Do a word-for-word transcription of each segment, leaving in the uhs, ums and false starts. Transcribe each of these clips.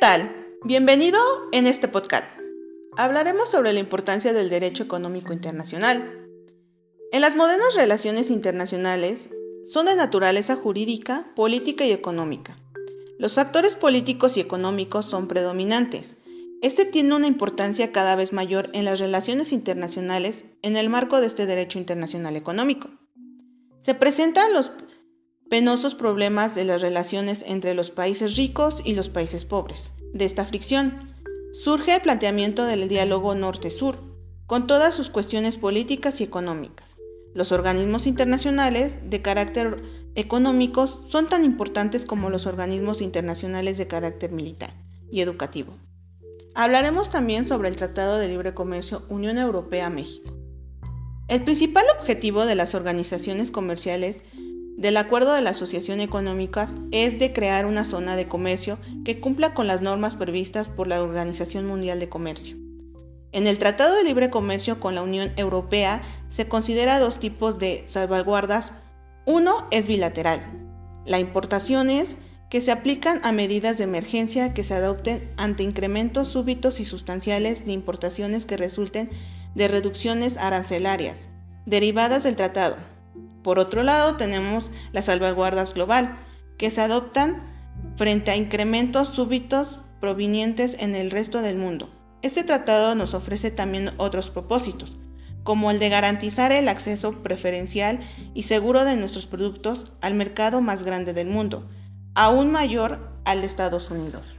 tal? Bienvenido en este podcast. Hablaremos sobre la importancia del derecho económico internacional. En las modernas relaciones internacionales son de naturaleza jurídica, política y económica. Los factores políticos y económicos son predominantes. Este tiene una importancia cada vez mayor en las relaciones internacionales en el marco de este derecho internacional económico. Se presentan los penosos problemas de las relaciones entre los países ricos y los países pobres. De esta fricción surge el planteamiento del diálogo norte-sur, con todas sus cuestiones políticas y económicas. Los organismos internacionales de carácter económico son tan importantes como los organismos internacionales de carácter militar y educativo. Hablaremos también sobre el Tratado de Libre Comercio Unión Europea-México. El principal objetivo de las organizaciones comerciales del Acuerdo de la Asociación Económica es de crear una zona de comercio que cumpla con las normas previstas por la Organización Mundial de Comercio. En el Tratado de Libre Comercio con la Unión Europea se considera dos tipos de salvaguardas. Uno es bilateral. La importación es que se aplican a medidas de emergencia que se adopten ante incrementos súbitos y sustanciales de importaciones que resulten de reducciones arancelarias derivadas del tratado. Por otro lado, tenemos las salvaguardas global, que se adoptan frente a incrementos súbitos provenientes en el resto del mundo. Este tratado nos ofrece también otros propósitos, como el de garantizar el acceso preferencial y seguro de nuestros productos al mercado más grande del mundo, aún mayor al de Estados Unidos.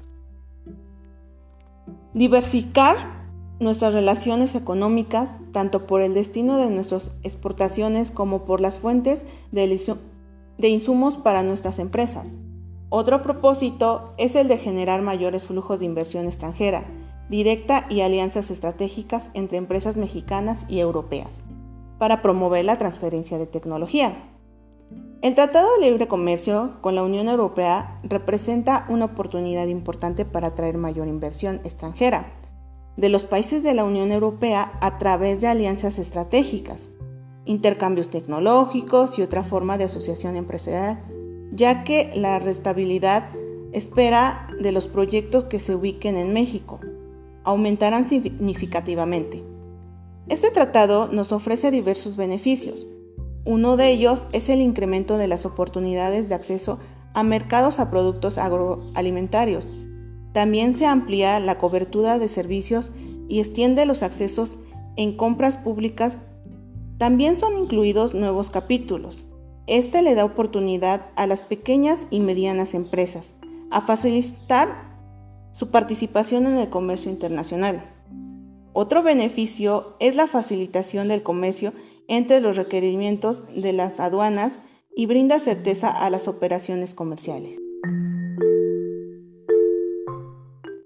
Diversificar nuestras relaciones económicas, tanto por el destino de nuestras exportaciones como por las fuentes de insumos para nuestras empresas. Otro propósito es el de generar mayores flujos de inversión extranjera, directa y alianzas estratégicas entre empresas mexicanas y europeas, para promover la transferencia de tecnología. El Tratado de Libre Comercio con la Unión Europea representa una oportunidad importante para atraer mayor inversión extranjera de los países de la Unión Europea a través de alianzas estratégicas, intercambios tecnológicos y otra forma de asociación empresarial, ya que la rentabilidad espera de los proyectos que se ubiquen en México aumentarán significativamente. Este tratado nos ofrece diversos beneficios. Uno de ellos es el incremento de las oportunidades de acceso a mercados a productos agroalimentarios. También se amplía la cobertura de servicios y extiende los accesos en compras públicas. También son incluidos nuevos capítulos. Este le da oportunidad a las pequeñas y medianas empresas a facilitar su participación en el comercio internacional. Otro beneficio es la facilitación del comercio entre los requerimientos de las aduanas y brinda certeza a las operaciones comerciales.